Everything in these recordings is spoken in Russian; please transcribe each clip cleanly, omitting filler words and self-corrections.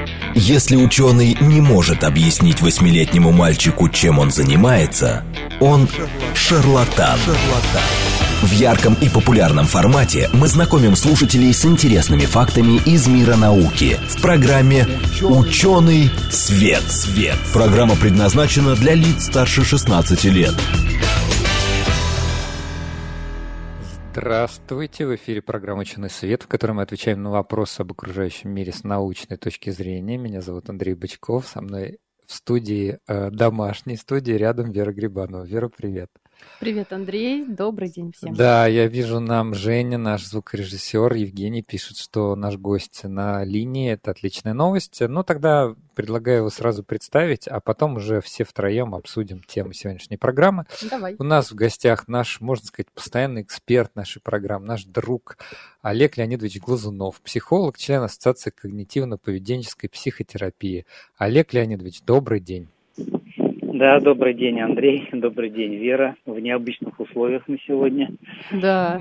Если ученый не может объяснить 8-летнему мальчику, чем он занимается, он шарлатан. В ярком и популярном формате мы знакомим слушателей с интересными фактами из мира науки в программе «Ученый свет». Программа предназначена для лиц старше 16 лет. Здравствуйте! В эфире программа «Ученый свет», в которой мы отвечаем на вопросы об окружающем мире с научной точки зрения. Меня зовут Андрей Бычков. Со мной в студии, домашней студии, рядом Вера Грибанова. Вера, привет! Привет, Андрей. Добрый день всем. Да, я вижу, нам Женя, наш звукорежиссер Евгений, пишет, что наш гость на линии. Это отличная новость. Ну, тогда предлагаю его сразу представить, а потом уже все втроем обсудим тему сегодняшней программы. Давай. У нас в гостях наш, можно сказать, постоянный эксперт нашей программы, наш друг Олег Леонидович Глазунов, психолог, член Ассоциации когнитивно-поведенческой психотерапии. Олег Леонидович, добрый день. Да, добрый день, Андрей. Добрый день, Вера. В необычных условиях мы сегодня. Да,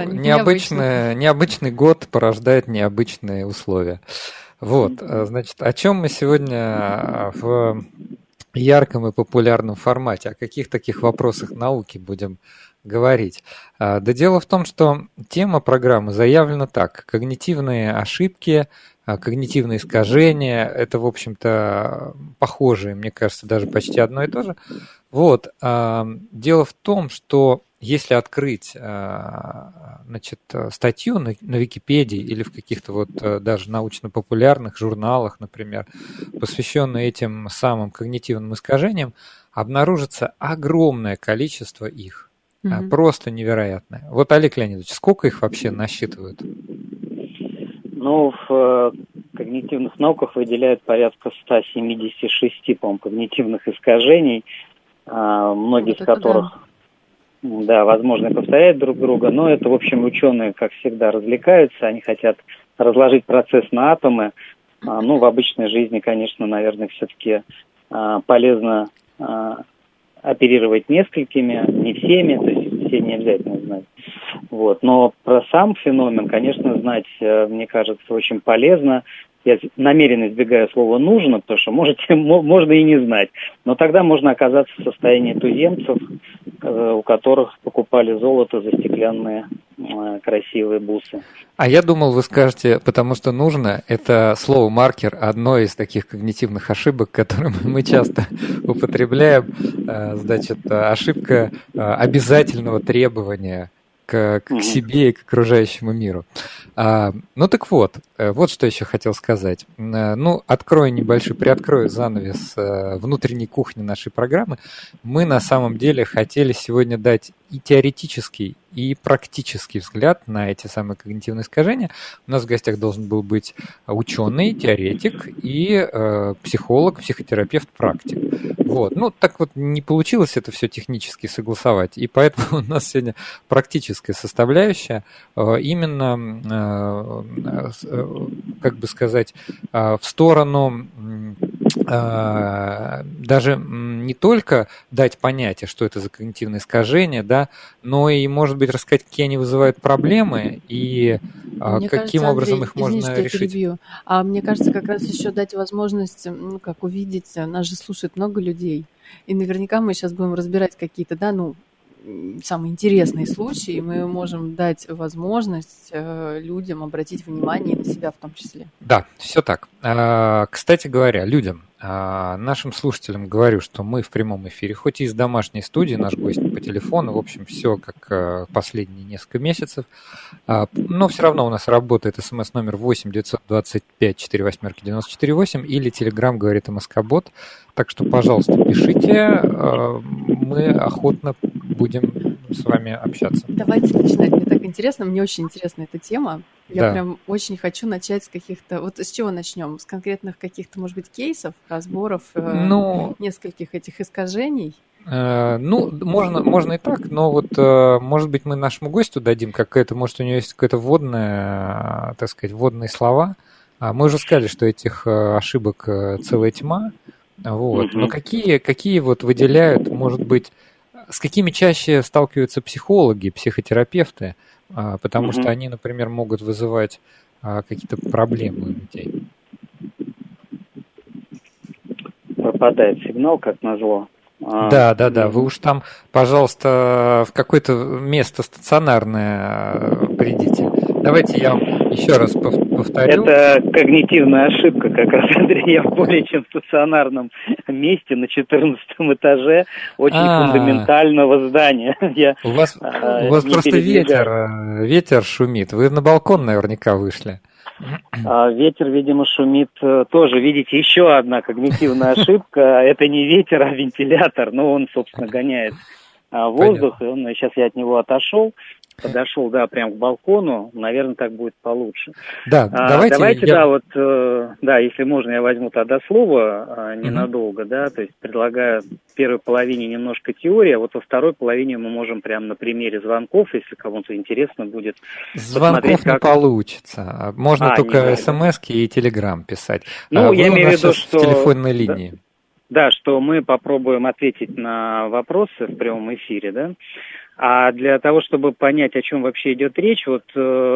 необычный год порождает необычные условия. Вот, значит, о чем мы сегодня в ярком и популярном формате, о каких таких вопросах науки будем говорить? Да дело в том, что тема программы заявлена так: когнитивные ошибки, когнитивные искажения, это, в общем-то, похожие, мне кажется, даже почти одно и то же. Вот. Дело в том, что если открыть, значит, статью на Википедии или в каких-то вот даже научно-популярных журналах, например, посвященные этим самым когнитивным искажениям, обнаружится огромное количество их. Просто невероятное. Вот, Олег Леонидович, сколько их вообще насчитывают? Ну, в когнитивных науках выделяют порядка 176, по-моему, когнитивных искажений, многие из которых, да, возможно, повторяют друг друга, но это, в общем, ученые, как всегда, развлекаются, они хотят разложить процесс на атомы. Ну, в обычной жизни, конечно, наверное, все-таки полезно оперировать несколькими, не всеми, то есть все не обязательно знать. Вот. Но про сам феномен, конечно, знать, мне кажется, очень полезно. Я намеренно избегаю слова «нужно», потому что можно и не знать. Но тогда можно оказаться в состоянии туземцев, у которых покупали золото за стеклянные красивые бусы. А я думал, вы скажете, потому что нужно, это слово «маркер» одно из таких когнитивных ошибок, которые мы часто употребляем. Значит, ошибка обязательного требования к себе и к окружающему миру. Ну так вот что еще хотел сказать. Ну, приоткрою занавес внутренней кухни нашей программы. Мы на самом деле хотели сегодня дать и теоретический, и практический взгляд на эти самые когнитивные искажения. У нас в гостях должен был быть ученый, теоретик и психолог, психотерапевт, практик. Вот. Ну, так вот не получилось это все технически согласовать, и поэтому у нас сегодня практическая составляющая, именно, как бы сказать, в сторону даже не только дать понятие, что это за когнитивные искажения, да, но и, может быть, рассказать, какие они вызывают проблемы и мне каким кажется, образом Андрей, их можно решить. Перебью. А мне кажется, как раз еще дать возможность, как увидеть, нас же слушает много людей, и наверняка мы сейчас будем разбирать какие-то, самые интересные случаи, мы можем дать возможность людям обратить внимание на себя в том числе. Да, все так. Кстати говоря, людям, нашим слушателям говорю, что мы в прямом эфире, хоть и из домашней студии, наш гость по телефону, в общем, все как последние несколько месяцев, но все равно у нас работает смс-номер 8 925 48 94 8 или Telegram говорит МСК-бот, так что, пожалуйста, пишите, мы охотно будем с вами общаться. Давайте начинать. Мне так интересно, мне очень интересна эта тема. Я прям очень хочу начать с каких-то... Вот с чего начнем? С конкретных каких-то, может быть, кейсов, разборов нескольких этих искажений? Можно и так, но вот, может быть, мы нашему гостю дадим может, у него есть какое-то вводное, так сказать, вводные слова. Мы уже сказали, что этих ошибок целая тьма. Вот. Но какие вот выделяют, может быть, с какими чаще сталкиваются психологи, психотерапевты, потому что они, например, могут вызывать какие-то проблемы у людей? пропадает сигнал, как назло. Да. Вы уж там, пожалуйста, в какое-то место стационарное придите. Давайте я вам еще раз повторю. Это когнитивная ошибка, как раз, Андрей, я в более чем стационарном месте на 14-м этаже очень фундаментального здания. У вас просто ветер шумит. Вы на балкон наверняка вышли. Ветер, видимо, шумит тоже. Видите, еще одна когнитивная ошибка. Это не ветер, а вентилятор. Но он, собственно, гоняет воздух. Понятно. И сейчас я от него подошел, прям к балкону. Наверное, так будет получше. Да, давайте если можно, я возьму тогда слово ненадолго, да, то есть предлагаю в первой половине немножко теории, а вот во второй половине мы можем прямо на примере звонков, если кому-то интересно будет. Звонков не получится. Можно только смс-ки и телеграм писать. Я имею в виду, что... в телефонной линии. Да, что мы попробуем ответить на вопросы в прямом эфире, да. А для того, чтобы понять, о чем вообще идет речь, вот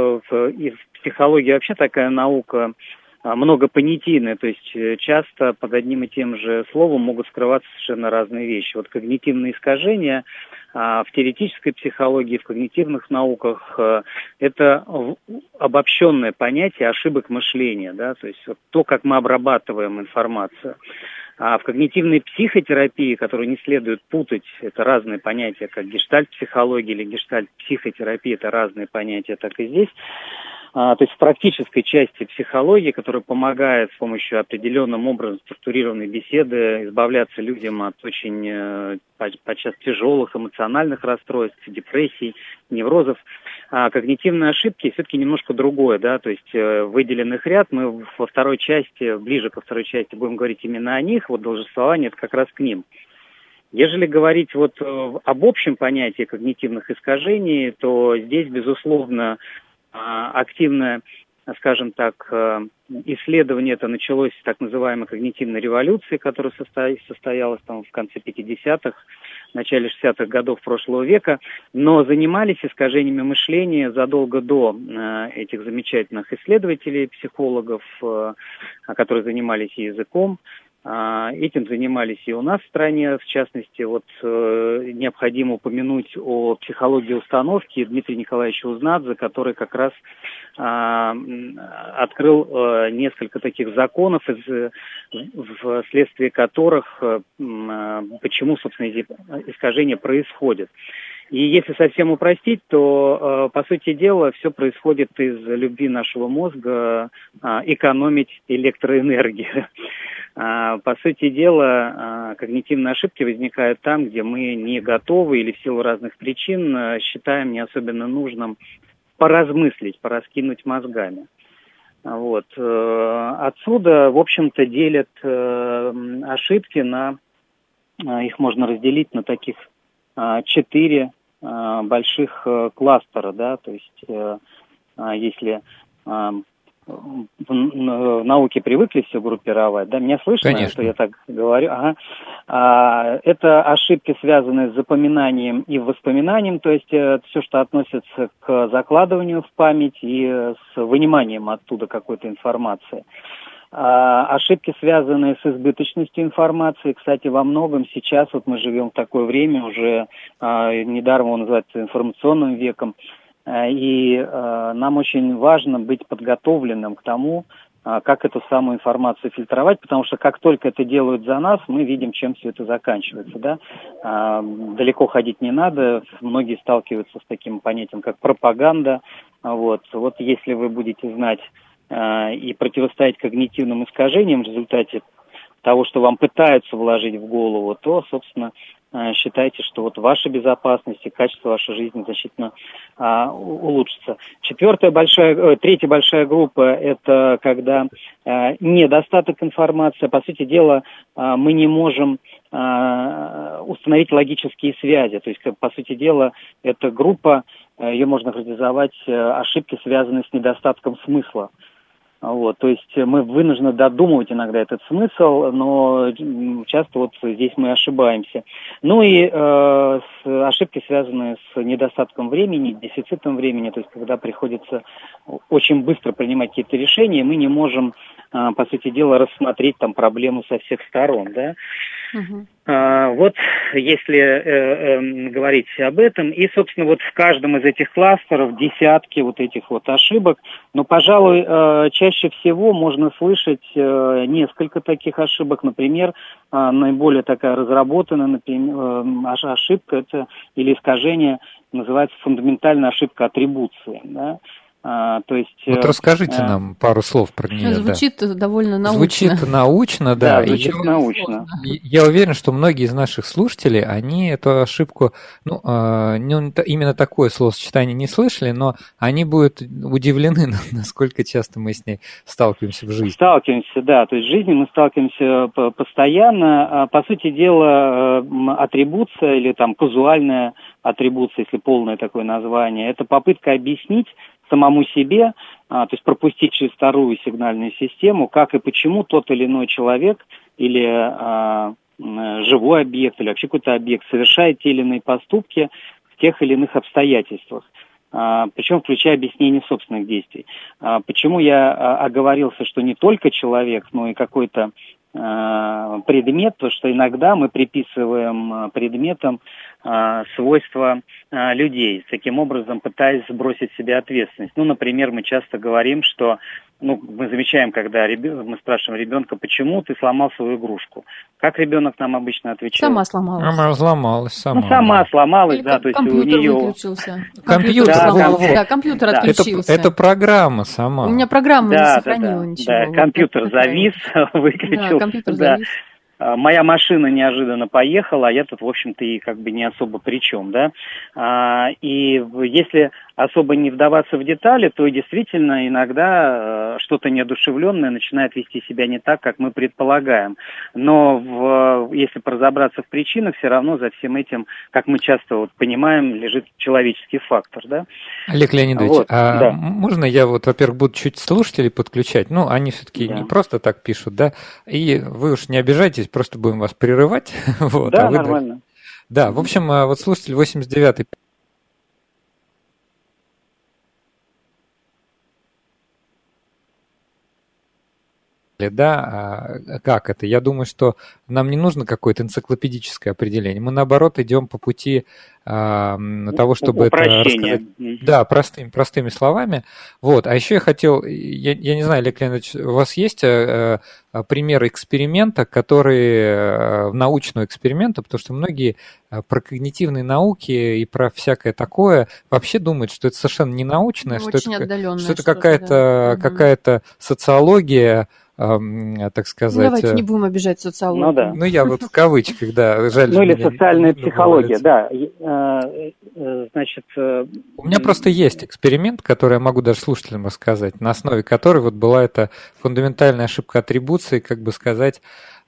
в психологии вообще такая наука многопонятийная, то есть часто под одним и тем же словом могут скрываться совершенно разные вещи. Вот когнитивные искажения в теоретической психологии, в когнитивных науках это обобщенное понятие ошибок мышления, да, то есть вот то, как мы обрабатываем информацию. А в когнитивной психотерапии, которую не следует путать, это разные понятия, как гештальт-психология или гештальт-психотерапия, это разные понятия, так и здесь. То есть в практической части психологии, которая помогает с помощью определенным образом структурированной беседы избавляться людям от очень подчас тяжелых эмоциональных расстройств, депрессий, неврозов, когнитивные ошибки все-таки немножко другое, да, то есть выделен их ряд, мы во второй части, ближе ко второй части будем говорить именно о них, вот должествование это как раз к ним. Ежели говорить вот об общем понятии когнитивных искажений, то здесь, безусловно, активное, скажем так, исследование это началось с так называемой когнитивной революции, которая состоялась там в конце 50-х, в начале 60-х годов прошлого века, но занимались искажениями мышления задолго до этих замечательных исследователей, психологов, которые занимались языком. Этим занимались и у нас в стране, в частности, вот необходимо упомянуть о психологии установки Дмитрия Николаевича Узнадзе, который как раз открыл несколько таких законов, вследствие которых, почему, собственно, эти искажения происходят. И если совсем упростить, то, по сути дела, все происходит из любви нашего мозга экономить электроэнергию. По сути дела, когнитивные ошибки возникают там, где мы не готовы или в силу разных причин считаем не особенно нужным поразмыслить, пораскинуть мозгами. Вот. Отсюда, в общем-то, делят ошибки их можно разделить на таких 4 больших кластера, да, то есть если в науке привыкли все группировать, да, меня слышно, Конечно. что я так говорю? Ага. Это ошибки, связанные с запоминанием и воспоминанием, то есть все, что относится к закладыванию в память и с выниманием оттуда какой-то информации. Ошибки, связанные с избыточностью информации, кстати, во многом сейчас вот мы живем в такое время, уже недаром его называют информационным веком, и нам очень важно быть подготовленным к тому, как эту самую информацию фильтровать, потому что как только это делают за нас, мы видим, чем все это заканчивается, да. Далеко ходить не надо, многие сталкиваются с таким понятием, как пропаганда. Вот если вы будете знать и противостоять когнитивным искажениям в результате того, что вам пытаются вложить в голову, то, собственно, считайте, что вот ваша безопасность и качество вашей жизни значительно улучшится. Третья большая группа – это когда недостаток информации. По сути дела, мы не можем установить логические связи. То есть, по сути дела, эта группа, ее можно характеризовать ошибки, связанные с недостатком смысла. Вот, то есть мы вынуждены додумывать иногда этот смысл, но часто вот здесь мы ошибаемся. Ну и ошибки, связанные с недостатком времени, дефицитом времени, то есть когда приходится очень быстро принимать какие-то решения, мы не можем, по сути дела, рассмотреть там проблему со всех сторон, да. Угу. Вот если говорить об этом, и, собственно, вот в каждом из этих кластеров десятки вот этих вот ошибок, но, пожалуй, чаще всего можно слышать несколько таких ошибок. Например, наиболее такая разработанная, например, ошибка это, или искажение называется фундаментальная ошибка атрибуции, да? То есть, вот расскажите нам пару слов про нее. Звучит довольно научно. Звучит научно, да. Да, звучит научно. Я уверен, что многие из наших слушателей, они эту ошибку, именно такое словосочетание не слышали, но они будут удивлены, насколько часто мы с ней сталкиваемся в жизни. Сталкиваемся, да. То есть в жизни мы сталкиваемся постоянно. По сути дела, атрибуция или там казуальная атрибуция, если полное такое название, это попытка объяснить самому себе, то есть пропустить через вторую сигнальную систему, как и почему тот или иной человек или живой объект или вообще какой-то объект совершает те или иные поступки в тех или иных обстоятельствах, причем включая объяснение собственных действий. Почему я оговорился, что не только человек, но и какой-то предмет, потому что иногда мы приписываем предметам свойства людей, таким образом пытаясь сбросить с себя ответственность. Ну, например, мы часто говорим, что мы замечаем, когда мы спрашиваем ребенка, почему ты сломал свою игрушку. Как ребенок нам обычно отвечает? Сама сломалась. Сама сломалась. Сама сломалась, или да. То есть компьютер у нее... выключился. Компьютер сломался. Да, компьютер отключился. Это программа сама. У меня программа не сохранила ничего. Да, компьютер завис, выключился. Да, компьютер завис. Моя машина неожиданно поехала, а я тут, в общем-то, и как бы не особо при чем, да. И если особо не вдаваться в детали, то действительно иногда что-то неодушевленное начинает вести себя не так, как мы предполагаем. Но если разобраться в причинах, все равно за всем этим, как мы часто понимаем, лежит человеческий фактор, да. Олег Леонидович, вот, да. Можно я во-первых, буду чуть слушателей подключать? Они все-таки не просто так пишут, да, и вы уж не обижайтесь, просто будем вас прерывать. Вот, да, нормально. Да, в общем, вот слушатель 89-й. Да, как это? Я думаю, что нам не нужно какое-то энциклопедическое определение. Мы, наоборот, идем по пути того, чтобы это рассказать. Да, простыми словами. Вот. А еще я хотел, я не знаю, Олег Леонидович, у вас есть пример эксперимента, научного эксперимента, потому что многие про когнитивные науки и про всякое такое вообще думают, что это совершенно не научное, что это какая-то социология, так сказать... Давайте не будем обижать социологию. Ну да. Я вот в кавычках, да. Жаль, или социальная психология, да. Значит... У меня просто есть эксперимент, который я могу даже слушателям рассказать, на основе которой вот была эта фундаментальная ошибка атрибуции, как бы сказать,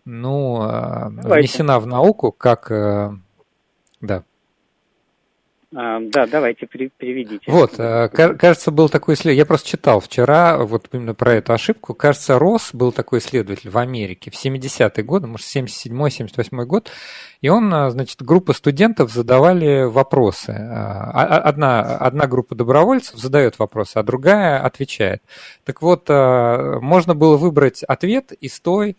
внесена в науку, как... Да. Да, давайте, приведите. Вот, кажется, был такой исследователь, я просто читал вчера вот именно про эту ошибку, кажется, Росс был такой исследователь в Америке в 70-е годы, может, 77-78 год, и он, значит, группа студентов задавали вопросы. Одна группа добровольцев задает вопросы, а другая отвечает. Так вот, можно было выбрать ответ из той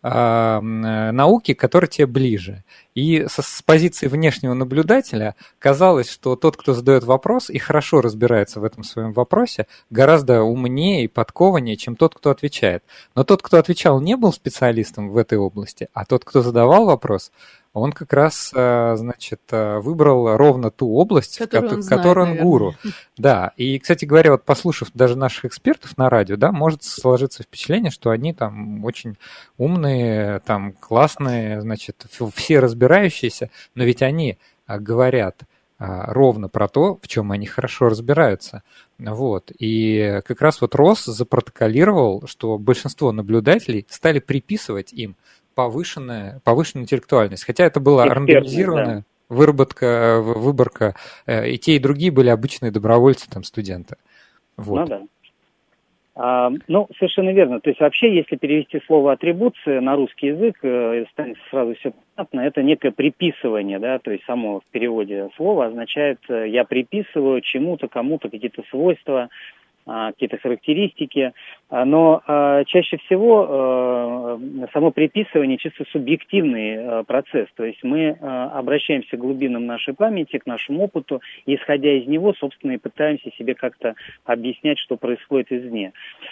науки, которая тебе ближе. И с позиции внешнего наблюдателя казалось, что тот, кто задает вопрос и хорошо разбирается в этом своем вопросе, гораздо умнее и подкованнее, чем тот, кто отвечает. Но тот, кто отвечал, не был специалистом в этой области, а тот, кто задавал вопрос, он как раз, значит, выбрал ровно ту область, в которой он гуру. Да, и, кстати говоря, вот послушав даже наших экспертов на радио, да, может сложиться впечатление, что они там очень умные, там классные, значит, все разбирающиеся, но ведь они говорят ровно про то, в чем они хорошо разбираются. Вот. И как раз вот Росс запротоколировал, что большинство наблюдателей стали приписывать им повышенную интеллектуальность. Хотя это была рандомизированная выборка, и те, и другие были обычные добровольцы, там, студенты. Вот. Ну да. Ну, совершенно верно. То есть вообще, если перевести слово «атрибуция» на русский язык, станет сразу все понятно, это некое приписывание, да, то есть само в переводе слова означает «я приписываю чему-то, кому-то какие-то свойства», какие-то характеристики, но чаще всего само приписывание чисто субъективный процесс, то есть мы обращаемся к глубинам нашей памяти, к нашему опыту, и, исходя из него, собственно, и пытаемся себе как-то объяснять, что происходит извне.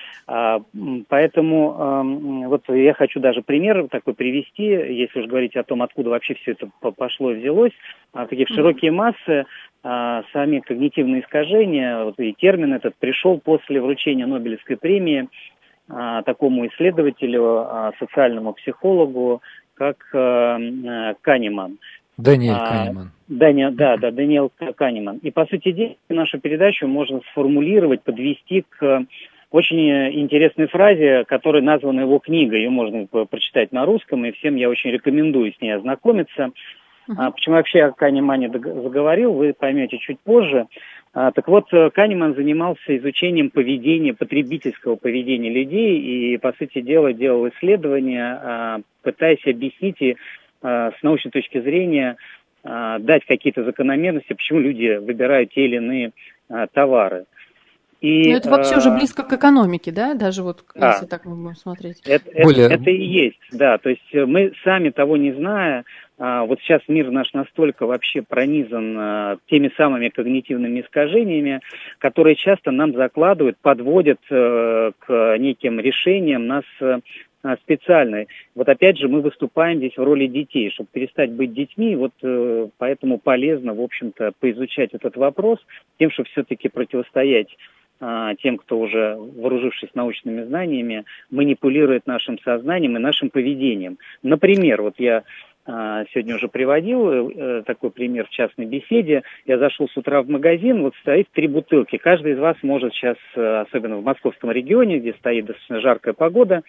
Поэтому вот я хочу даже пример такой привести, если уж говорить о том, откуда вообще все это пошло и взялось, такие широкие массы, сами когнитивные искажения, вот и термин этот пришел после вручения Нобелевской премии такому исследователю, социальному психологу, как Канеман. Даниэль Канеман. Даниэль Канеман. И, по сути дела, нашу передачу можно сформулировать, подвести к очень интересной фразе, которая названа его книгой. Ее можно прочитать на русском, и всем я очень рекомендую с ней ознакомиться. Почему вообще о Канемане заговорил, вы поймете чуть позже. Так вот, Канеман занимался изучением поведения, потребительского поведения людей и, по сути дела, делал исследования, пытаясь объяснить и с научной точки зрения дать какие-то закономерности, почему люди выбирают те или иные товары. И, это вообще уже близко к экономике, да? Даже вот если так мы будем смотреть. Это и есть, да. То есть мы сами того не зная, вот сейчас мир наш настолько вообще пронизан теми самыми когнитивными искажениями, которые часто нам закладывают, подводят к неким решениям нас специально. Вот опять же мы выступаем здесь в роли детей, чтобы перестать быть детьми, вот поэтому полезно, в общем-то, поизучать этот вопрос, тем, чтобы все-таки противостоять тем, кто уже, вооружившись научными знаниями, манипулирует нашим сознанием и нашим поведением. Например, вот я сегодня уже приводил такой пример в частной беседе. Я зашел с утра в магазин, вот стоит 3 бутылки. Каждый из вас может сейчас, особенно в московском регионе, где стоит достаточно жаркая погода,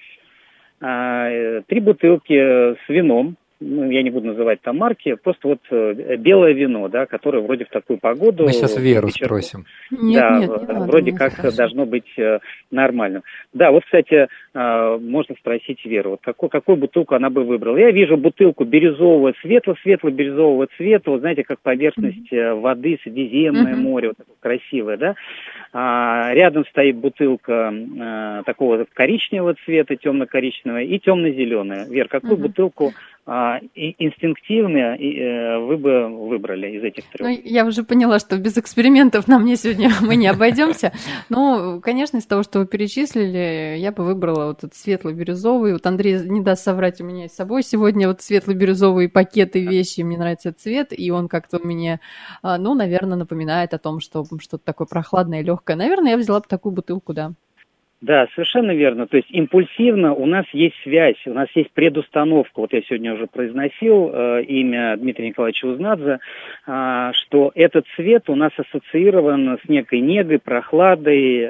3 бутылки с вином. Ну, я не буду называть там марки, просто вот белое вино, да, которое вроде в такую погоду... Мы сейчас Веру спросим. Нет, вроде как должно быть нормально. Да, вот, кстати, можно спросить Веру, вот какую бутылку она бы выбрала. Я вижу бутылку бирюзового, светло-бирюзового цвета, вот знаете, как поверхность воды, Средиземное море, вот такое красивое, да. Рядом стоит бутылка такого коричневого цвета, темно-коричневого и темно-зеленая. Вер, какую бутылку инстинктивно вы бы выбрали из этих 3? Ну, я уже поняла, что без экспериментов на мне сегодня мы не обойдемся. Ну, конечно, из того, что вы перечислили, я бы выбрала вот этот светло-бирюзовый. Вот Андрей не даст соврать, у меня с собой сегодня вот светло-бирюзовые пакеты, вещи, мне нравится цвет, и он как-то мне, ну, наверное, напоминает о том, что что-то такое прохладное и легкое. Наверное, я взяла бы такую бутылку, да. Да, совершенно верно. То есть импульсивно у нас есть связь, у нас есть предустановка. Вот я сегодня уже произносил имя Дмитрия Николаевича Узнадзе, что этот цвет у нас ассоциирован с некой негой, прохладой,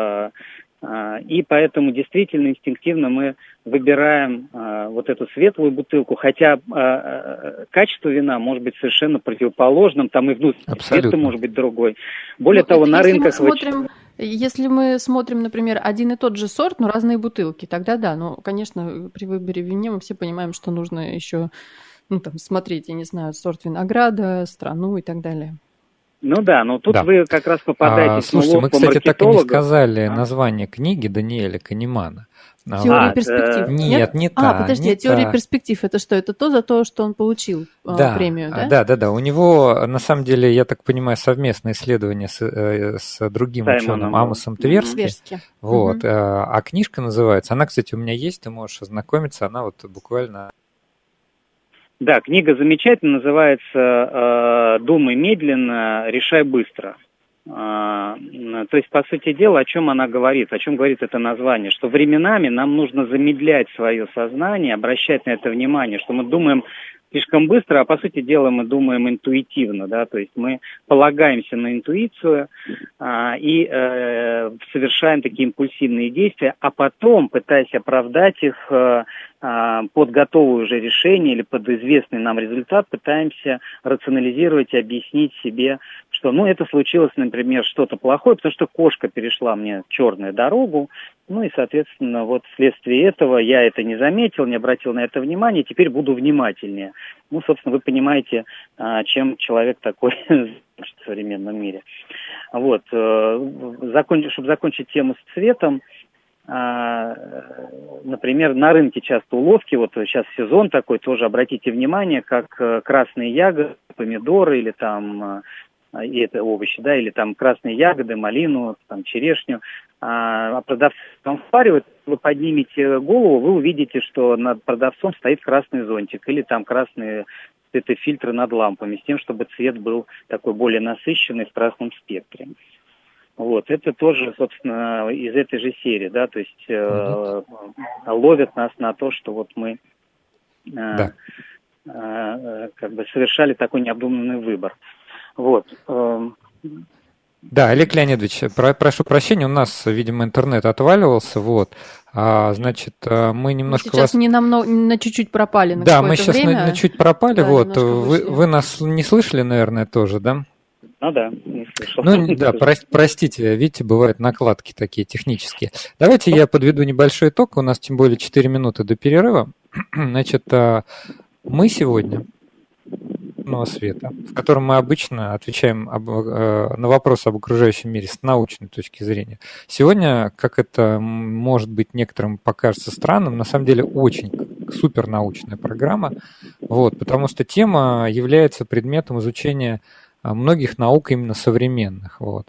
и поэтому действительно инстинктивно мы выбираем вот эту светлую бутылку, хотя качество вина может быть совершенно противоположным, там и внутренний цвет может быть другой. Более того, на рынках... Если мы смотрим, например, один и тот же сорт, но разные бутылки, тогда да. Но, конечно, при выборе вина мы все понимаем, что нужно еще смотреть, я не знаю, сорт винограда, страну и так далее. Ну да, но тут вы как раз попадаете в слушайте, мы, кстати, так и не сказали название книги Даниэля Канемана. Теория перспектив. Нет, не та. Подожди, теория перспектив, это что? Это то, за то, что он получил премию, да? Да. У него, на самом деле, я так понимаю, совместное исследование с другим ученым Амосом Тверски. Вот. А книжка называется, она, кстати, у меня есть, ты можешь ознакомиться, она вот буквально... Да, книга замечательная, называется «Думай медленно, решай быстро». То есть, по сути дела, о чем она говорит, о чем говорит это название, что временами нам нужно замедлять свое сознание, обращать на это внимание, что мы думаем слишком быстро, а по сути дела мы думаем интуитивно, да, то есть мы полагаемся на интуицию и совершаем такие импульсивные действия, а потом, пытаясь оправдать их, под готовое уже решение или под известный нам результат пытаемся рационализировать и объяснить себе, что, это случилось, например, что-то плохое, потому что кошка перешла мне черную дорогу, и, соответственно, вот вследствие этого я это не заметил, не обратил на это внимания, теперь буду внимательнее. Собственно, вы понимаете, чем человек такой в современном мире. Вот, чтобы закончить тему с цветом, например, на рынке часто уловки, вот сейчас сезон такой, тоже обратите внимание, как красные ягоды, помидоры или там, и это овощи, да, или там красные ягоды, малину, там черешню, продавцы там впаривают, вы поднимете голову, вы увидите, что над продавцом стоит красный зонтик или там красные цветофильтры над лампами, с тем, чтобы цвет был такой более насыщенный в красном спектре. Вот, это тоже, собственно, из этой же серии, да, то есть ловят нас на то, что вот мы как бы совершали такой необдуманный выбор. Вот. Да, Олег Леонидович, прошу прощения, у нас, видимо, интернет отваливался, вот. Значит, мы немножко сейчас на чуть-чуть пропали на какое-то время. Да, мы сейчас на чуть пропали, да, вот. Вы нас не слышали, наверное, тоже, да? Да, не слышал. Да, простите, видите, бывают накладки такие технические. Давайте я подведу небольшой итог, у нас тем более 4 минуты до перерыва. Значит, мы сегодня света, в котором мы обычно отвечаем на вопросы об окружающем мире с научной точки зрения. Сегодня, как это может быть некоторым покажется странным, на самом деле очень супернаучная программа, вот, потому что тема является предметом изучения многих наук именно современных. Вот.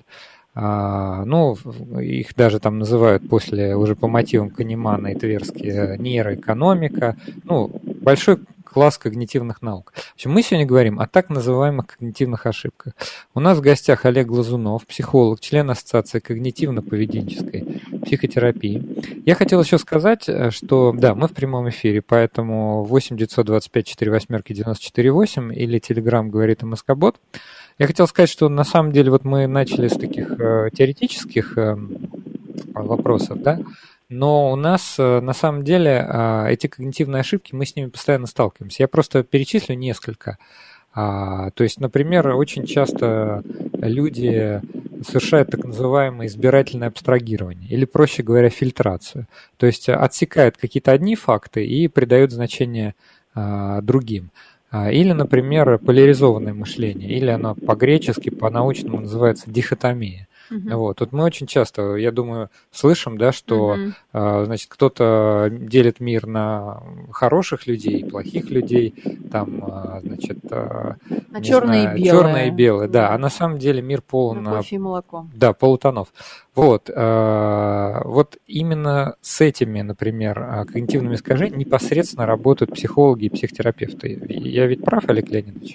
Их даже там называют уже по мотивам Канемана и Тверски нейроэкономика. Большой класс когнитивных наук. В общем, мы сегодня говорим о так называемых когнитивных ошибках. У нас в гостях Олег Глазунов, психолог, член Ассоциации когнитивно-поведенческой психотерапии. Я хотел еще сказать, что да, мы в прямом эфире, поэтому 8 925 48 94 8 или Telegram говорит МСК-бот. Я хотел сказать, что на самом деле вот мы начали с таких теоретических вопросов, да, но у нас на самом деле эти когнитивные ошибки, мы с ними постоянно сталкиваемся. Я просто перечислю несколько. То есть, например, очень часто люди совершают так называемое избирательное абстрагирование, или, проще говоря, фильтрацию. То есть отсекают какие-то одни факты и придают значение другим. Или, например, поляризованное мышление, или оно по-гречески, по-научному называется дихотомия. Вот. Тут мы очень часто, я думаю, слышим, да, что значит, кто-то делит мир на хороших людей, плохих людей, там, значит, на черное и белое, да, а на самом деле мир полон кофе и молоко. Да, полутонов. Вот. Вот именно с этими, например, когнитивными искажениями непосредственно работают психологи и психотерапевты. Я ведь прав, Олег Леонидович?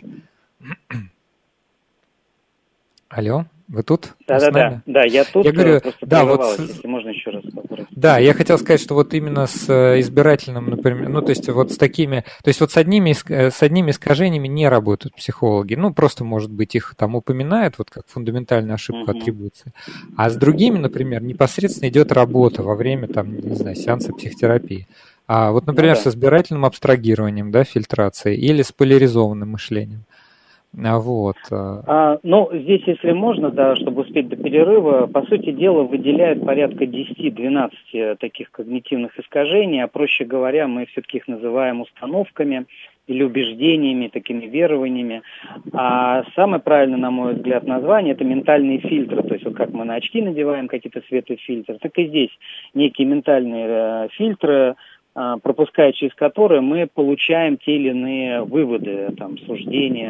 Алло, вы тут? Да, я тут. Я говорю, да, вот, если можно еще раз попросить. Да, я хотел сказать, что вот именно с избирательным, например, то есть вот с такими, то есть вот с одними искажениями не работают психологи, просто, может быть, их там упоминают, вот как фундаментальную ошибку атрибуции, а с другими, например, непосредственно идет работа во время, там, не знаю, сеанса психотерапии. А вот, например, с избирательным абстрагированием, да, фильтрацией, или с поляризованным мышлением. Вот. Здесь, если можно, да, чтобы успеть до перерыва, по сути дела, выделяют порядка 10-12 таких когнитивных искажений, а проще говоря, мы все-таки их называем установками или убеждениями, такими верованиями. А самое правильное, на мой взгляд, название – это ментальные фильтры. То есть вот как мы на очки надеваем какие-то светофильтры, так и здесь некие ментальные фильтры, пропуская через которые мы получаем те или иные выводы, там, суждения.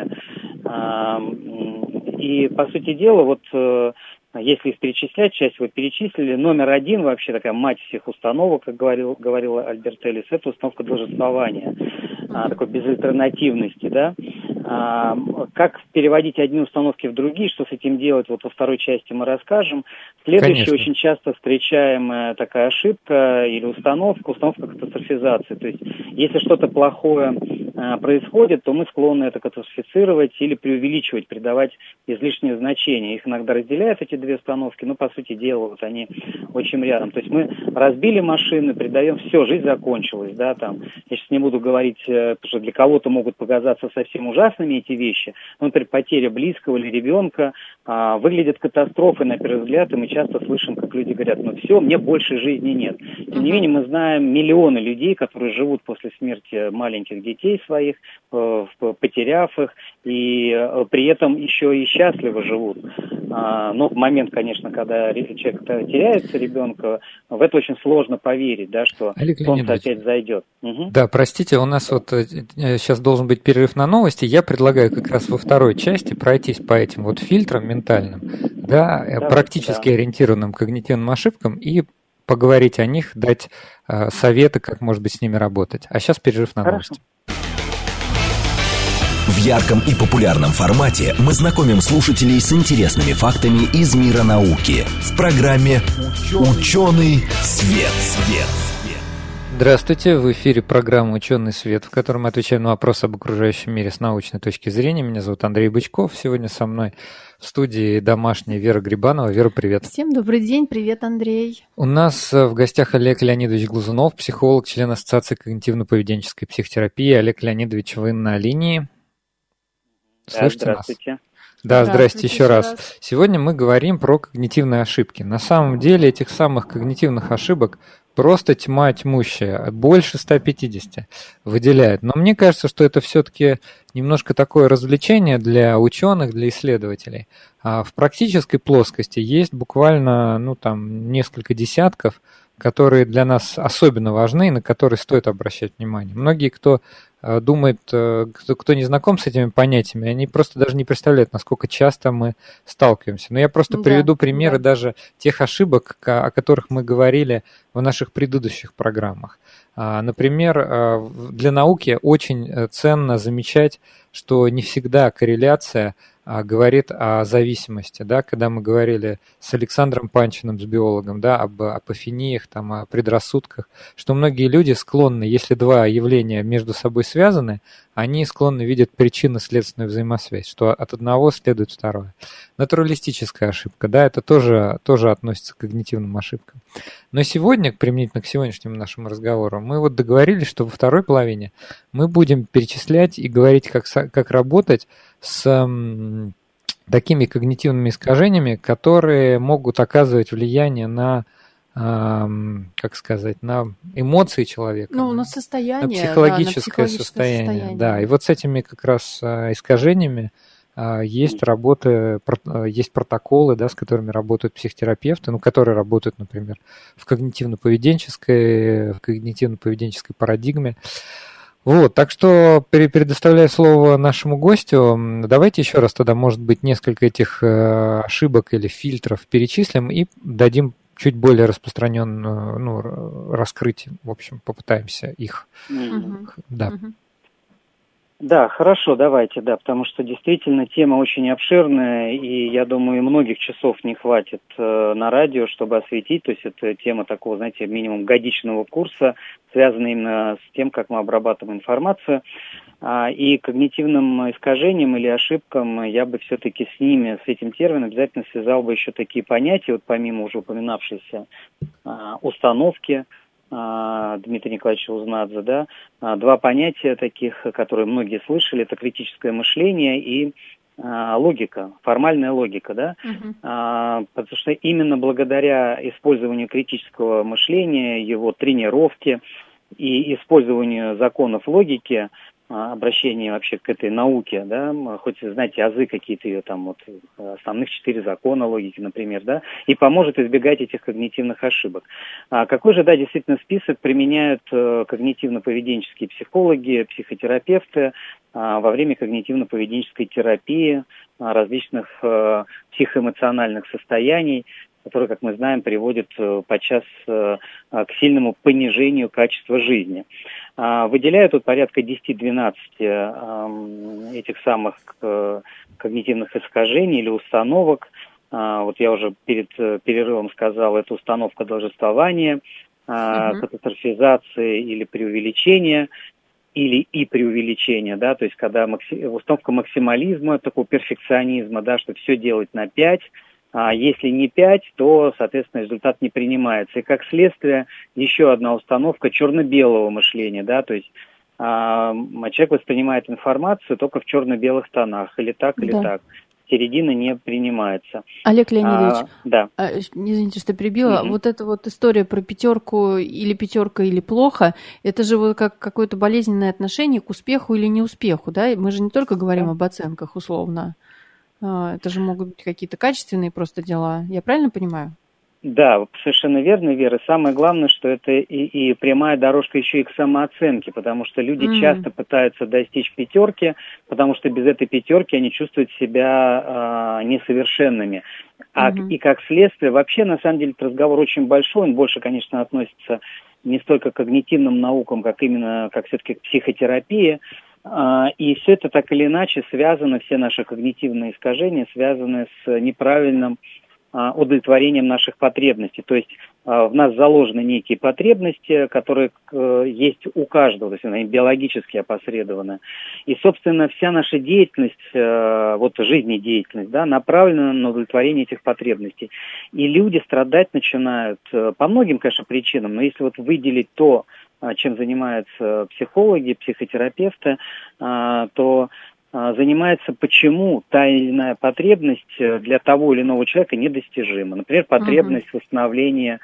И, по сути дела, вот если их перечислять, часть вы перечислили, номер один, вообще такая мать всех установок, как говорил Альберт Эллис, это установка должествования, такой безальтернативности, да. Как переводить одни установки в другие, что с этим делать, вот во второй части мы расскажем. Следующая очень часто встречаемая такая ошибка или установка катастрофизации. То есть, если что-то плохое происходит, то мы склонны это катастрофицировать или преувеличивать, придавать излишнее значение. Их иногда разделяют, эти две установки, но, по сути дела, вот они очень рядом. То есть мы разбили машины, придаем, все, жизнь закончилась, да, там. Я сейчас не буду говорить, потому что для кого-то могут показаться совсем ужасными эти вещи. Например, потеря близкого или ребенка выглядит катастрофой, на первый взгляд, и мы часто слышим, как люди говорят, ну все, мне больше жизни нет. Тем не менее, мы знаем миллионы людей, которые живут после смерти маленьких детей своих, потеряв их, и при этом еще и счастливо живут. Но в момент, конечно, когда человек теряется, ребенка, в это очень сложно поверить, да, что солнце опять зайдет. Угу. Да, простите, у нас вот сейчас должен быть перерыв на новости. Я предлагаю как раз во второй части пройтись по этим вот фильтрам ментальным, да, практически ориентированным когнитивным ошибкам и поговорить о них, дать советы, как, может быть, с ними работать. А сейчас перерыв на новости. В ярком и популярном формате мы знакомим слушателей с интересными фактами из мира науки в программе «Ученый свет». Здравствуйте, в эфире программа «Ученый свет», в которой мы отвечаем на вопросы об окружающем мире с научной точки зрения. Меня зовут Андрей Бычков. Сегодня со мной в студии домашняя Вера Грибанова. Вера, привет. Всем добрый день. Привет, Андрей. У нас в гостях Олег Леонидович Глазунов, психолог, член Ассоциации когнитивно-поведенческой психотерапии. Олег Леонидович, вы на линии? Слышите здравствуйте. Нас? Да, здрасте еще раз. Сегодня мы говорим про когнитивные ошибки. На самом деле этих самых когнитивных ошибок просто тьма тьмущая, больше 150 выделяют. Но мне кажется, что это все-таки немножко такое развлечение для ученых, для исследователей. А в практической плоскости есть буквально, несколько десятков, которые для нас особенно важны и на которые стоит обращать внимание. Многие, кто думает, кто не знаком с этими понятиями, они просто даже не представляют, насколько часто мы сталкиваемся. Но я просто приведу примеры даже тех ошибок, о которых мы говорили в наших предыдущих программах. Например, для науки очень ценно замечать, что не всегда корреляция говорит о зависимости, да, когда мы говорили с Александром Панчиным, с биологом, да, об апофениях, там, о предрассудках, что многие люди склонны, если два явления между собой связаны, они склонны видеть причинно-следственную взаимосвязь, что от одного следует второе. Натуралистическая ошибка, да, это тоже относится к когнитивным ошибкам. Но сегодня, применительно к сегодняшнему нашему разговору, мы вот договорились, что во второй половине мы будем перечислять и говорить, как работать с такими когнитивными искажениями, которые могут оказывать влияние на, на эмоции человека, на состояние, на психологическое состояние. Да, и вот с этими как раз искажениями есть работы, есть протоколы, да, с которыми работают психотерапевты, которые работают, например, в когнитивно-поведенческой парадигме. Вот, так что предоставляю слово нашему гостю. Давайте еще раз тогда, может быть, несколько этих ошибок или фильтров перечислим и дадим чуть более распространенную, раскрыть, в общем, попытаемся их. Да. Да, хорошо, давайте, да, потому что действительно тема очень обширная, и я думаю, многих часов не хватит на радио, чтобы осветить, то есть это тема такого, знаете, минимум годичного курса, связанная именно с тем, как мы обрабатываем информацию, и когнитивным искажениям или ошибкам я бы все-таки с этим термином обязательно связал бы еще такие понятия, вот помимо уже упоминавшейся установки, Дмитрия Николаевича Узнадзе, да, два понятия таких, которые многие слышали, это критическое мышление и логика, формальная логика, да, потому что именно благодаря использованию критического мышления, его тренировке и использованию законов логики, обращение вообще к этой науке, да, хоть знаете азы какие-то ее там вот основных 4 закона логики, например, да, и поможет избегать этих когнитивных ошибок. Какой же, да, действительно список применяют когнитивно-поведенческие психологи, психотерапевты во время когнитивно-поведенческой терапии различных психоэмоциональных состояний, которые, как мы знаем, приводят подчас к сильному понижению качества жизни. Выделяют тут порядка 10-12 этих самых когнитивных искажений или установок. Вот я уже перед перерывом сказал, это установка должествования, катастрофизации или преувеличения или и преувеличение, да, то есть когда установка максимализма, такого перфекционизма, да, что все делать на 5, а если не 5, то, соответственно, результат не принимается. И как следствие еще одна установка черно-белого мышления, да, то есть человек воспринимает информацию только в черно-белых тонах, или так, или так. Середина не принимается. Олег Леонидович, да. Извините, что перебила. Вот эта вот история про пятерку или пятерка или плохо, это же вот как какое-то болезненное отношение к успеху или неуспеху, да? Мы же не только говорим об оценках условно. Это же могут быть какие-то качественные просто дела. Я правильно понимаю? Да, совершенно верно, Вера. Самое главное, что это и прямая дорожка еще и к самооценке, потому что люди часто пытаются достичь пятерки, потому что без этой пятерки они чувствуют себя несовершенными. И как следствие, вообще, на самом деле, этот разговор очень большой, он больше, конечно, относится не столько к когнитивным наукам, как все-таки к психотерапии. И все это так или иначе связано, все наши когнитивные искажения связаны с неправильным удовлетворением наших потребностей. То есть в нас заложены некие потребности, которые есть у каждого, то есть они биологически опосредованы. И, собственно, вся наша деятельность, жизнедеятельность, да, направлена на удовлетворение этих потребностей. И люди страдать начинают по многим, конечно, причинам, но если вот выделить то, чем занимаются психологи, психотерапевты, то занимается, почему та или иная потребность для того или иного человека недостижима. Например, потребность восстановления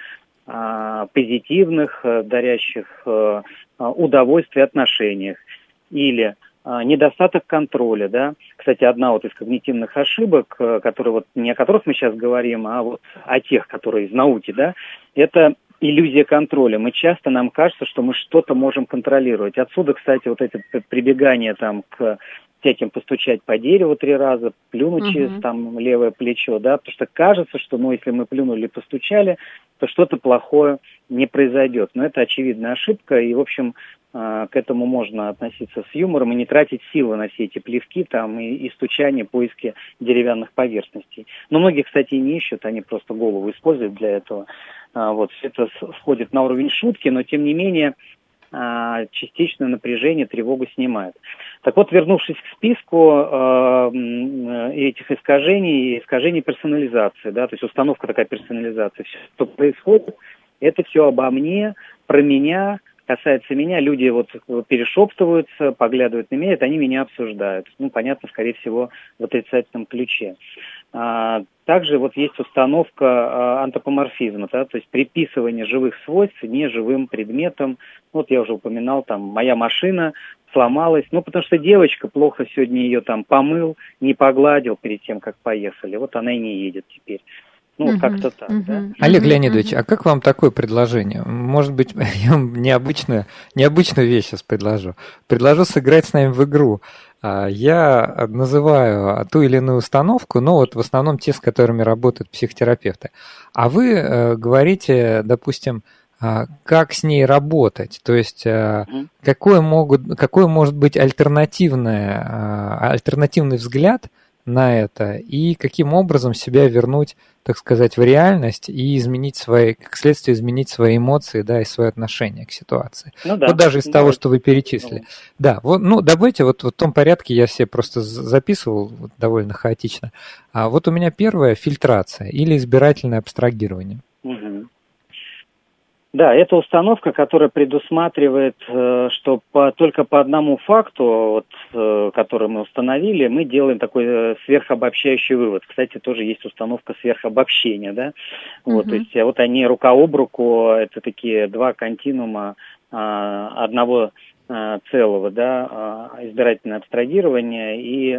позитивных, дарящих удовольствие отношениях, или недостаток контроля, да. Кстати, одна вот из когнитивных ошибок, которые не о которых мы сейчас говорим, а вот о тех, которые из науки, да, это иллюзия контроля. Нам кажется, что мы что-то можем контролировать. Отсюда, кстати, вот это прибегание к всяким постучать по дереву 3 раза, плюнуть через левое плечо, да, потому что кажется, что, если мы плюнули или постучали, то что-то плохое не произойдет. Но это очевидная ошибка, и, в общем, к этому можно относиться с юмором и не тратить силы на все эти плевки и стучания, поиски деревянных поверхностей. Но многие, кстати, и не ищут, они просто голову используют для этого. Все это сходит на уровень шутки, но, тем не менее, частичное напряжение, тревогу снимает. Так вот, вернувшись к списку этих искажений персонализации, да, то есть установка такая персонализации, все, что происходит, это все обо мне, про меня, касается меня, люди перешептываются, поглядывают на меня, это они меня обсуждают. Понятно, скорее всего, в отрицательном ключе. Также есть установка антропоморфизма, да, то есть приписывание живых свойств неживым предметам. Я уже упоминал, моя машина сломалась, потому что девочка плохо сегодня ее помыл, не погладил перед тем, как поехали. Она и не едет теперь. Как-то так, да. Олег Леонидович, а как вам такое предложение? Может быть, я вам необычную вещь сейчас предложу. Предложу сыграть с нами в игру. Я называю ту или иную установку, в основном те, с которыми работают психотерапевты. А вы говорите, допустим, как с ней работать, то есть какой может быть альтернативный взгляд на это, и каким образом себя вернуть, так сказать, в реальность и как следствие изменить свои эмоции, да, и свое отношение к ситуации. Даже из того, что вы перечислили. Да, давайте в том порядке, я себе просто записывал довольно хаотично. У меня первое — фильтрация или избирательное абстрагирование. Да, это установка, которая предусматривает, что только по одному факту, который мы установили, мы делаем такой сверхобобщающий вывод. Кстати, тоже есть установка сверхобобщения, да. То есть они рука об руку, это такие два континуума одного целого, да, избирательное абстрагирование и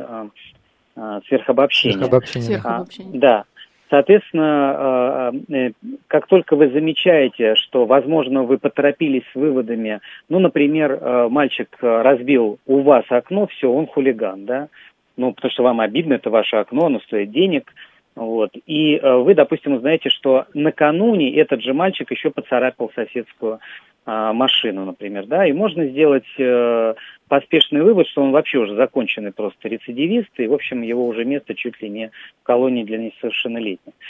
сверхобобщение. Да. Соответственно, как только вы замечаете, что, возможно, вы поторопились с выводами, например, мальчик разбил у вас окно, все, он хулиган, да, потому что вам обидно, это ваше окно, оно стоит денег, и вы, допустим, узнаете, что накануне этот же мальчик еще поцарапал соседскую машину, например, да, и можно сделать поспешный вывод, что он вообще уже законченный просто рецидивист, и, в общем, его уже место чуть ли не в колонии для несовершеннолетних.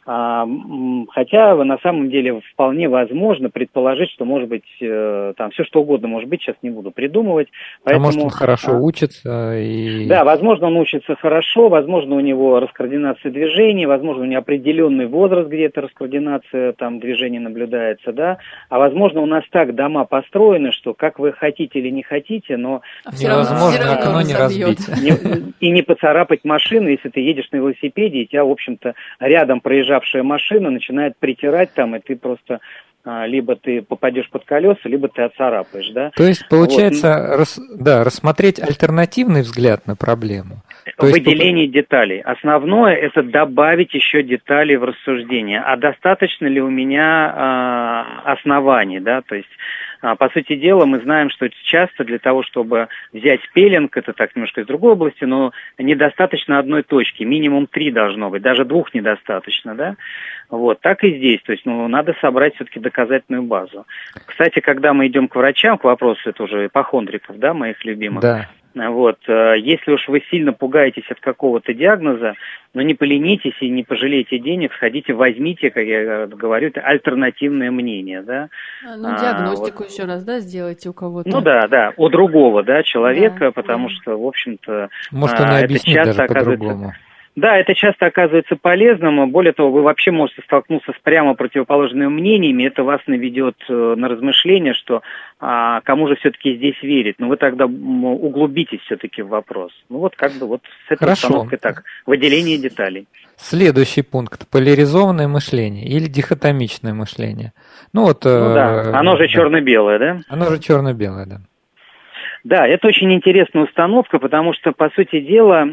Хотя на самом деле вполне возможно предположить, что может быть там все что угодно может быть, сейчас не буду придумывать. Поэтому, может он хорошо учится и... Да, возможно, он учится хорошо, возможно, у него раскоординация движений, возможно, у него определенный возраст, где-то раскоординация там движений наблюдается, да, а возможно, у нас так дома построены, что как вы хотите или не хотите, но... Невозможно окно не разбить. И не поцарапать машину, если ты едешь на велосипеде, и тебя, в общем-то, рядом проезжавшая машина начинает притирать там, и ты просто либо ты попадешь под колеса, либо ты отцарапаешь, да. То есть, получается, рассмотреть альтернативный взгляд на проблему. Выделение деталей. Основное – это добавить еще детали в рассуждение. А достаточно ли у меня оснований, да, то есть... По сути дела, мы знаем, что часто для того, чтобы взять пеленг, это так немножко из другой области, но недостаточно одной точки, минимум 3 должно быть, даже 2 недостаточно, да? Вот, так и здесь, то есть, надо собрать все-таки доказательную базу. Кстати, когда мы идем к врачам, к вопросу, это уже ипохондриков, да, моих любимых, да. Вот, если уж вы сильно пугаетесь от какого-то диагноза, но не поленитесь и не пожалейте денег, сходите, возьмите, как я говорю, это альтернативное мнение, да. Диагностику еще раз, да, сделайте у кого-то. Ну да, у другого, да, человека, потому что, в общем-то, может, он и объяснит даже по-другому. Да, это часто оказывается полезным. Более того, вы вообще можете столкнуться с прямо противоположными мнениями. Это вас наведет на размышление, что кому же все-таки здесь верить. Но вы тогда углубитесь все-таки в вопрос. С этой установкой так. Выделение деталей. Следующий пункт. Поляризованное мышление или дихотомичное мышление. Оно же черно-белое, да? Оно же черно-белое, да. Да, это очень интересная установка, потому что, по сути дела,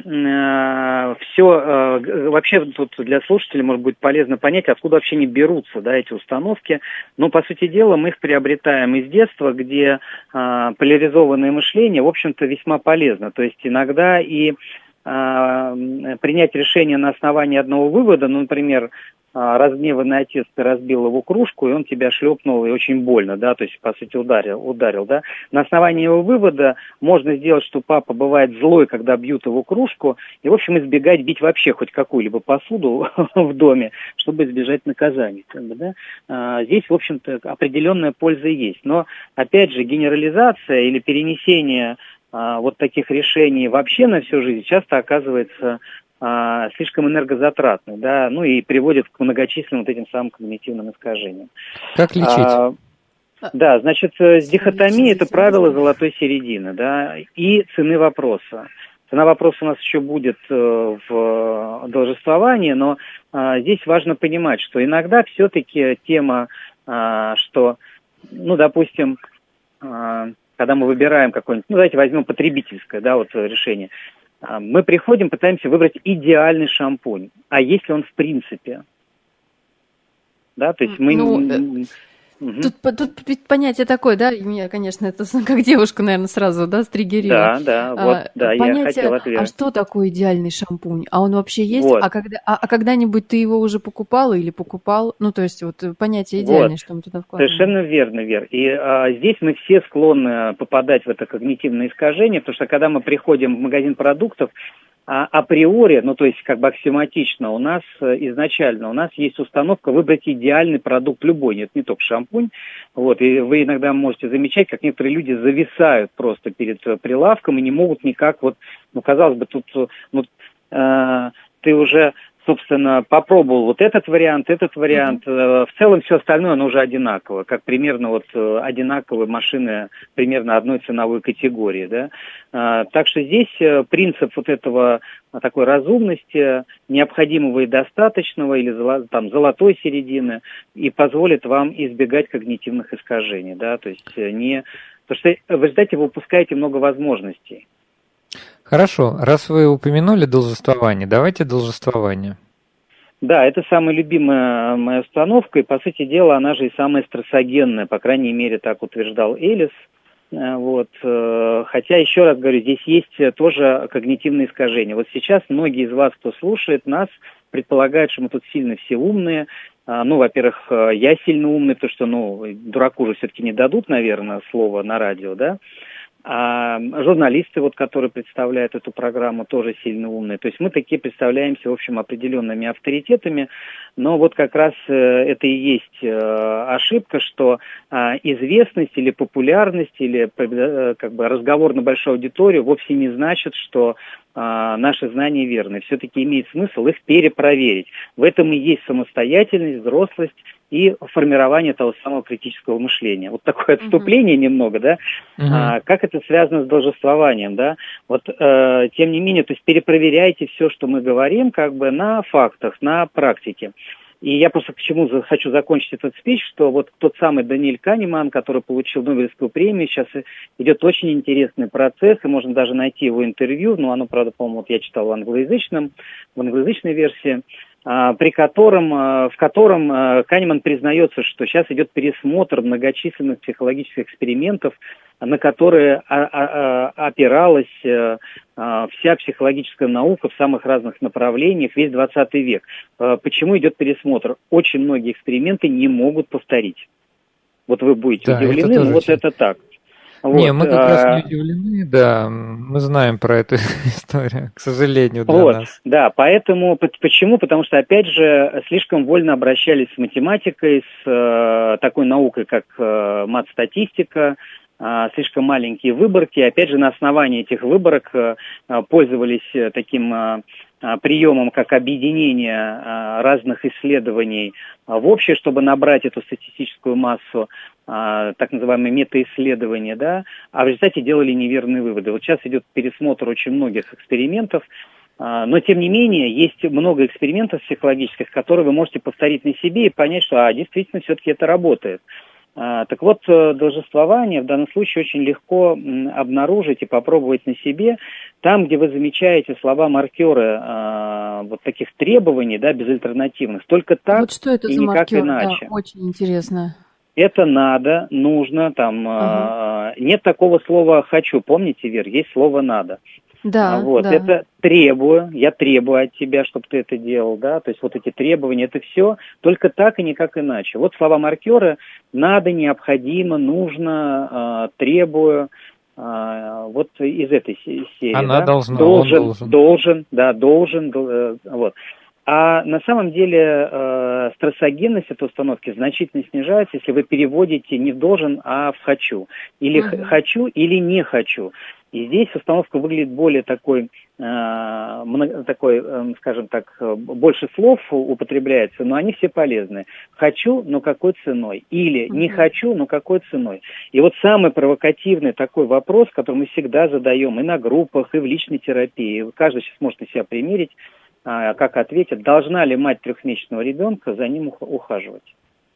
вообще тут для слушателей может быть полезно понять, откуда вообще не берутся, да, эти установки. Но, по сути дела, мы их приобретаем из детства, где поляризованное мышление, в общем-то, весьма полезно. То есть иногда и принять решение на основании одного вывода, например, разгневанный отец, ты разбил его кружку, и он тебя шлепнул, и очень больно, да, то есть, по сути, ударил, да. На основании его вывода можно сделать, что папа бывает злой, когда бьют его кружку, и, в общем, избегать бить вообще хоть какую-либо посуду в доме, чтобы избежать наказания, да. Здесь, в общем-то, определенная польза есть. Но, опять же, генерализация или перенесение вот таких решений вообще на всю жизнь часто оказывается слишком энергозатратной, да, и приводит к многочисленным вот этим самым когнитивным искажениям. Как лечить? Да, значит, с дихотомией это правило золотой середины, да, и цены вопроса. Цена вопроса у нас еще будет в должествовании, но здесь важно понимать, что иногда все-таки тема, что, допустим, когда мы выбираем какое-нибудь, давайте возьмем потребительское, да, вот решение. Мы приходим, пытаемся выбрать идеальный шампунь. А если он в принципе? Да, то есть мы... Тут понятие такое, да, и меня, конечно, это как девушку, наверное, сразу, да, стригерило. Да, я хотел ответить. А что такое идеальный шампунь? А он вообще есть? Вот. А когда-нибудь ты его уже покупала или покупал? То есть вот понятие идеальный, что мы туда вкладываем. Совершенно верно, Вер. И здесь мы все склонны попадать в это когнитивное искажение, потому что когда мы приходим в магазин продуктов, априори, то есть как бы аксиоматично, у нас изначально есть установка выбрать идеальный продукт любой, нет, не только шампунь. И вы иногда можете замечать, как некоторые люди зависают просто перед прилавком и не могут никак, казалось бы, тут ты уже, собственно, попробовал этот вариант. В целом все остальное, оно уже одинаково, как примерно одинаковые машины примерно одной ценовой категории, да. Так что здесь принцип этого такой разумности, необходимого и достаточного, или золотой середины, и позволит вам избегать когнитивных искажений, да, то есть потому что в результате вы упускаете много возможностей. Хорошо, раз вы упомянули должествование, давайте должествование. Да, это самая любимая моя установка, и, по сути дела, она же и самая стрессогенная, по крайней мере, так утверждал Эллис. Хотя, еще раз говорю, здесь есть тоже когнитивные искажения. Вот сейчас многие из вас, кто слушает нас, предполагают, что мы тут сильно все умные. Во-первых, я сильно умный, потому что, дураку же все-таки не дадут, наверное, слово на радио, да. А журналисты, вот, которые представляют эту программу, тоже сильно умные. То есть мы такие представляемся, в общем, определенными авторитетами, но вот как раз это и есть ошибка, что известность или популярность, или как бы разговор на большую аудиторию вовсе не значит, что наши знания верны. Все-таки имеет смысл их перепроверить. В этом и есть самостоятельность, взрослость и формирование того самого критического мышления. Вот такое отступление немного, да, как это связано с должествованием, да, вот, тем не менее, то есть перепроверяйте все, что мы говорим, как бы на фактах, на практике. И я просто к чему хочу закончить этот спич, что вот тот самый Даниэль Канеман, который получил Нобелевскую премию, сейчас идет очень интересный процесс, и можно даже найти его интервью, но оно, правда, по-моему, вот я читал в англоязычной версии, в котором Канеман признается, что сейчас идет пересмотр многочисленных психологических экспериментов, на которые опиралась вся психологическая наука в самых разных направлениях весь 20 век. Почему идет пересмотр? Очень многие эксперименты не могут повторить. Вот вы будете удивлены, но вот это так. Не, мы как раз не удивлены, да, мы знаем про эту историю, к сожалению, для нас. Да, поэтому, почему? Потому что, опять же, слишком вольно обращались с математикой, с такой наукой, как мат-статистика, слишком маленькие выборки. Опять же, на основании этих выборок пользовались таким приемом, как объединение разных исследований в общее, чтобы набрать эту статистическую массу, так называемые метаисследования, да, а в результате делали неверные выводы. Вот сейчас идет пересмотр очень многих экспериментов, но, тем не менее, есть много экспериментов психологических, которые вы можете повторить на себе и понять, что, действительно, все-таки это работает. Так вот, должествование в данном случае очень легко обнаружить и попробовать на себе. Там, где вы замечаете слова-маркеры вот таких требований, да, безальтернативных, только так вот что это и за никак маркеры? иначе. Да, очень интересно. Это надо, нужно, там нет такого слова «хочу», помните, Вер, есть слово «надо». Да, вот, да. Это я требую от тебя, чтобы ты это делал, да, то есть вот эти требования, это все только так и никак иначе. Вот слова-маркеры «надо», «необходимо», «нужно», «требую», вот из этой серии. Она да? должна, должен, вот. А на самом деле стрессогенность этой установки значительно снижается, если вы переводите не в «должен», а в «хочу». Или «хочу», или «не хочу». И здесь установка выглядит более такой, скажем так, больше слов употребляется, но они все полезны. «Хочу», но какой ценой? Или «не хочу», но какой ценой? И вот самый провокативный такой вопрос, который мы всегда задаем и на группах, и в личной терапии, каждый сейчас может на себя примерить, как ответит, должна ли мать 3-месячного ребенка за ним ухаживать?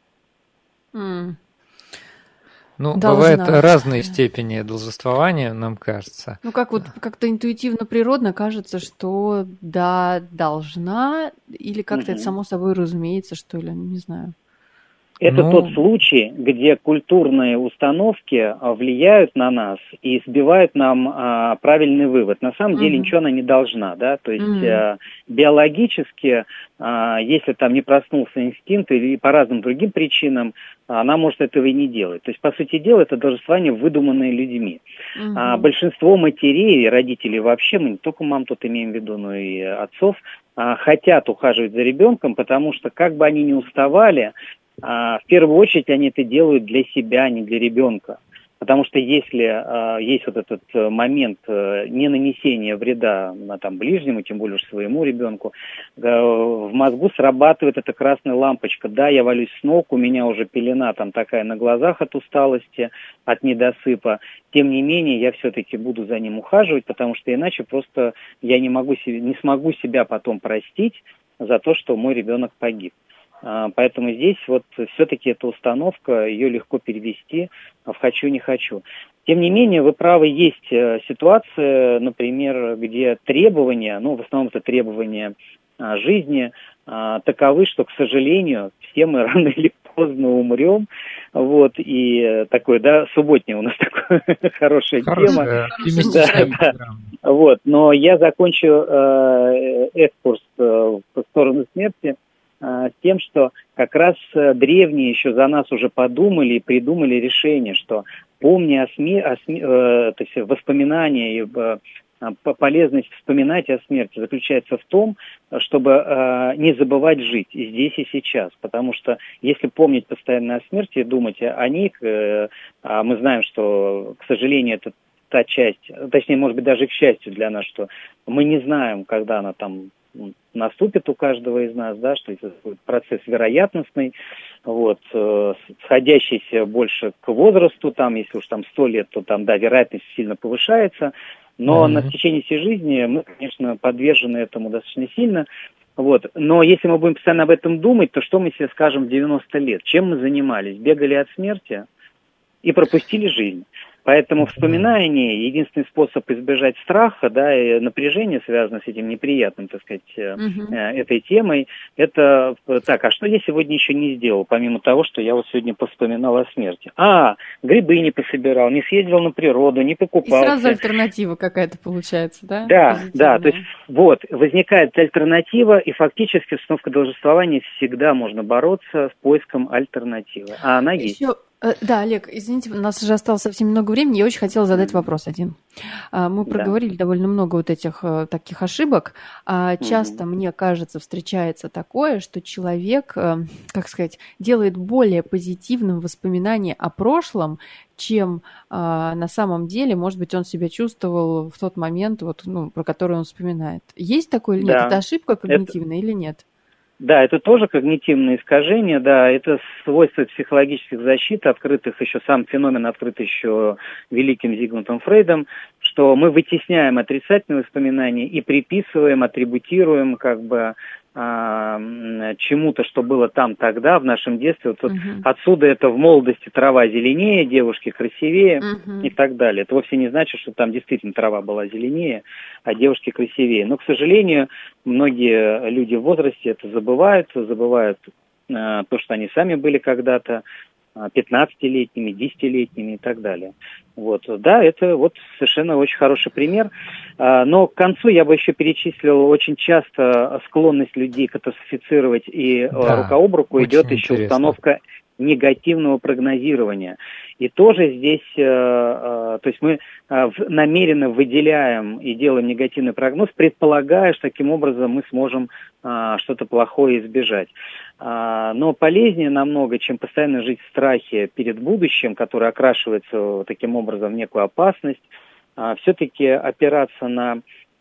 Ну, бывают разные степени должествования, нам кажется. Ну, как-то интуитивно, природно кажется, что да, должна, или как-то это само собой разумеется, что ли, не знаю. Это тот случай, где культурные установки влияют на нас и сбивают нам правильный вывод. На самом деле ничего она не должна, да, то есть биологически, если там не проснулся инстинкт или по разным другим причинам, она может этого и не делать. То есть, по сути дела, это должествование, выдуманное людьми. Большинство матерей и родителей вообще, мы не только мам тут имеем в виду, но и отцов, хотят ухаживать за ребенком, потому что как бы они ни уставали, в первую очередь они это делают для себя, а не для ребенка. Потому что если есть вот этот момент не нанесения вреда там, ближнему, тем более уж своему ребенку, в мозгу срабатывает эта красная лампочка. Да, я валюсь с ног, у меня уже пелена там такая на глазах от усталости, от недосыпа. Тем не менее, я все-таки буду за ним ухаживать, потому что иначе просто я не смогу себя потом простить за то, что мой ребенок погиб. Поэтому здесь вот все-таки эта установка, ее легко перевести в «хочу, не хочу». Тем не менее, вы правы, есть ситуации, например, где требования, в основном это требования жизни, таковы, что, к сожалению, все мы рано или поздно умрем. Вот, и такой, да, субботняя у нас такая хорошая тема. Да. Вот, но я закончу экскурс в сторону смерти с тем, что как раз древние еще за нас уже подумали и придумали решение, что помни то есть воспоминания и полезность вспоминать о смерти заключается в том, чтобы не забывать жить и здесь, и сейчас. Потому что если помнить постоянно о смерти и думать о них, мы знаем, что, к сожалению, это та часть, точнее, может быть, даже к счастью для нас, что мы не знаем, когда она там наступит у каждого из нас, да, что это будет процесс вероятностный, вот, сходящийся больше к возрасту, там, если уж там 100 лет, то там, да, вероятность сильно повышается, но в течение всей жизни мы, конечно, подвержены этому достаточно сильно. Вот. Но если мы будем постоянно об этом думать, то что мы себе скажем в 90 лет? Чем мы занимались? Бегали от смерти и пропустили жизнь. Поэтому, вспоминая о ней, единственный способ избежать страха, да, и напряжения, связанного с этим неприятным, так сказать, этой темой, это так, а что я сегодня еще не сделал, помимо того, что я вот сегодня вспоминал о смерти? Грибы не пособирал, не съездил на природу, не покупался. И сразу альтернатива какая-то получается, да? Да, то есть вот, возникает альтернатива, и фактически установка должествования всегда можно бороться с поиском альтернативы, а она есть. Да, Олег, извините, у нас уже осталось совсем много времени. Я очень хотела задать вопрос один. Мы проговорили довольно много вот этих таких ошибок. Часто, мне кажется, встречается такое, что человек, как сказать, делает более позитивным воспоминание о прошлом, чем на самом деле, может быть, он себя чувствовал в тот момент, вот, про который он вспоминает. Есть такое или нет? Это ошибка когнитивная или нет? Да, это тоже когнитивное искажение, да, это свойство психологических защит, сам феномен открыт еще великим Зигмундом Фрейдом, что мы вытесняем отрицательные воспоминания и приписываем, атрибутируем чему-то, что было там тогда, в нашем детстве. Вот отсюда это в молодости трава зеленее, девушки красивее и так далее. Это вовсе не значит, что там действительно трава была зеленее, а девушки красивее. Но, к сожалению, многие люди в возрасте это забывают то, что они сами были когда-то 15-летними, 10-летними и так далее. Вот, да, это вот совершенно очень хороший пример. Но к концу я бы еще перечислил очень часто склонность людей катастрофицировать, и рука об руку идет еще установка негативного прогнозирования. И тоже здесь, то есть мы намеренно выделяем и делаем негативный прогноз, предполагая, что таким образом мы сможем что-то плохое избежать. Но полезнее намного, чем постоянно жить в страхе перед будущим, которое окрашивается таким образом в некую опасность, все-таки опираться на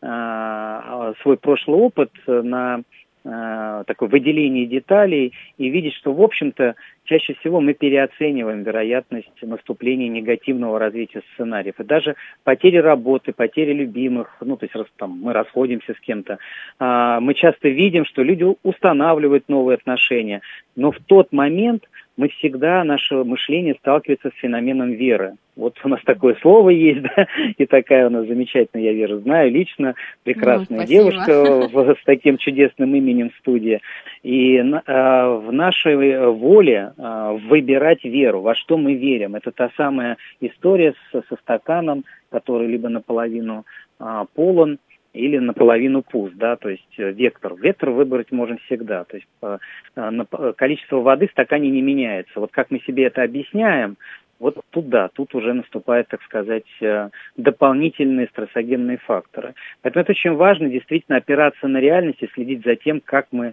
свой прошлый опыт, на такое выделение деталей и видеть, что, в общем-то, чаще всего мы переоцениваем вероятность наступления негативного развития сценариев. И даже потери работы, потери любимых, то есть мы расходимся с кем-то, мы часто видим, что люди устанавливают новые отношения, но в тот момент наше мышление сталкивается с феноменом веры. Вот у нас такое слово есть, да, и такая у нас замечательная, я Веру знаю лично, прекрасная девушка с таким чудесным именем в студии. И в нашей воле выбирать веру, во что мы верим. Это та самая история со стаканом, который либо наполовину полон, или наполовину пуст, да, то есть вектор. Вектор выбрать можем всегда, то есть количество воды в стакане не меняется. Вот как мы себе это объясняем, вот тут уже наступают, так сказать, дополнительные стрессогенные факторы. Поэтому это очень важно действительно опираться на реальность и следить за тем, как мы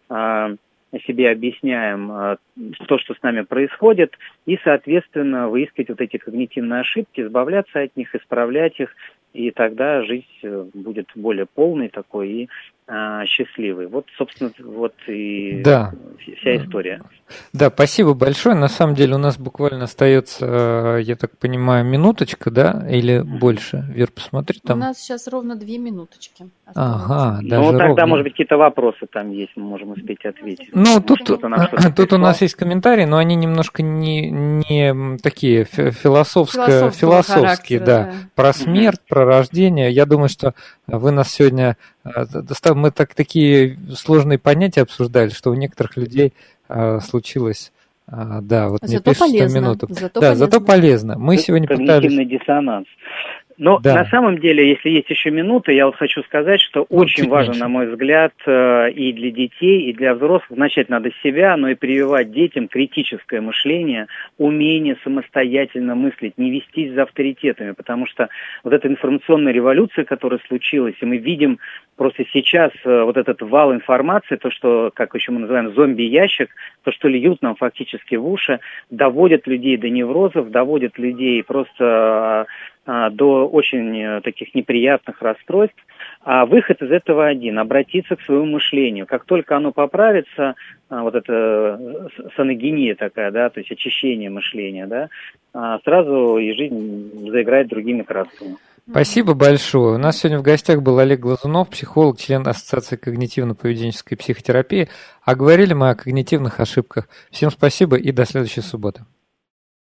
себе объясняем то, что с нами происходит, и, соответственно, выискивать вот эти когнитивные ошибки, избавляться от них, исправлять их, и тогда жизнь будет более полной такой и счастливой. Вот, собственно, и вся история. Да, спасибо большое. На самом деле у нас буквально остается, я так понимаю, минуточка, да, или больше? Вер, посмотри там. У нас сейчас ровно 2 минуточки. Ага, даже тогда, ровно. Может быть, какие-то вопросы там есть, мы можем успеть ответить. Тут у нас есть комментарии, но они немножко не такие философские, да, про смерть, про рождение. Я думаю, что вы нас сегодня... Мы такие сложные понятия обсуждали, что у некоторых людей случилось... Да, вот мне пишут, что минуту. Зато полезно. Мы сегодня когнитивный диссонанс. Но Да. на самом деле, если есть еще минута, я вот хочу сказать, что очень важно, на мой взгляд, и для детей, и для взрослых, начать надо с себя, но и прививать детям критическое мышление, умение самостоятельно мыслить, не вестись за авторитетами, потому что вот эта информационная революция, которая случилась, и мы видим просто сейчас вот этот вал информации, то, что, как еще мы называем, зомби-ящик, то, что льют нам фактически в уши, доводят людей до неврозов, доводят людей просто до очень таких неприятных расстройств. А выход из этого один – обратиться к своему мышлению. Как только оно поправится, вот это саногения такая, да, то есть очищение мышления, да, сразу и жизнь заиграет другими красками. Спасибо большое. У нас сегодня в гостях был Олег Глазунов, психолог, член Ассоциации когнитивно-поведенческой психотерапии. А говорили мы о когнитивных ошибках. Всем спасибо и до следующей субботы.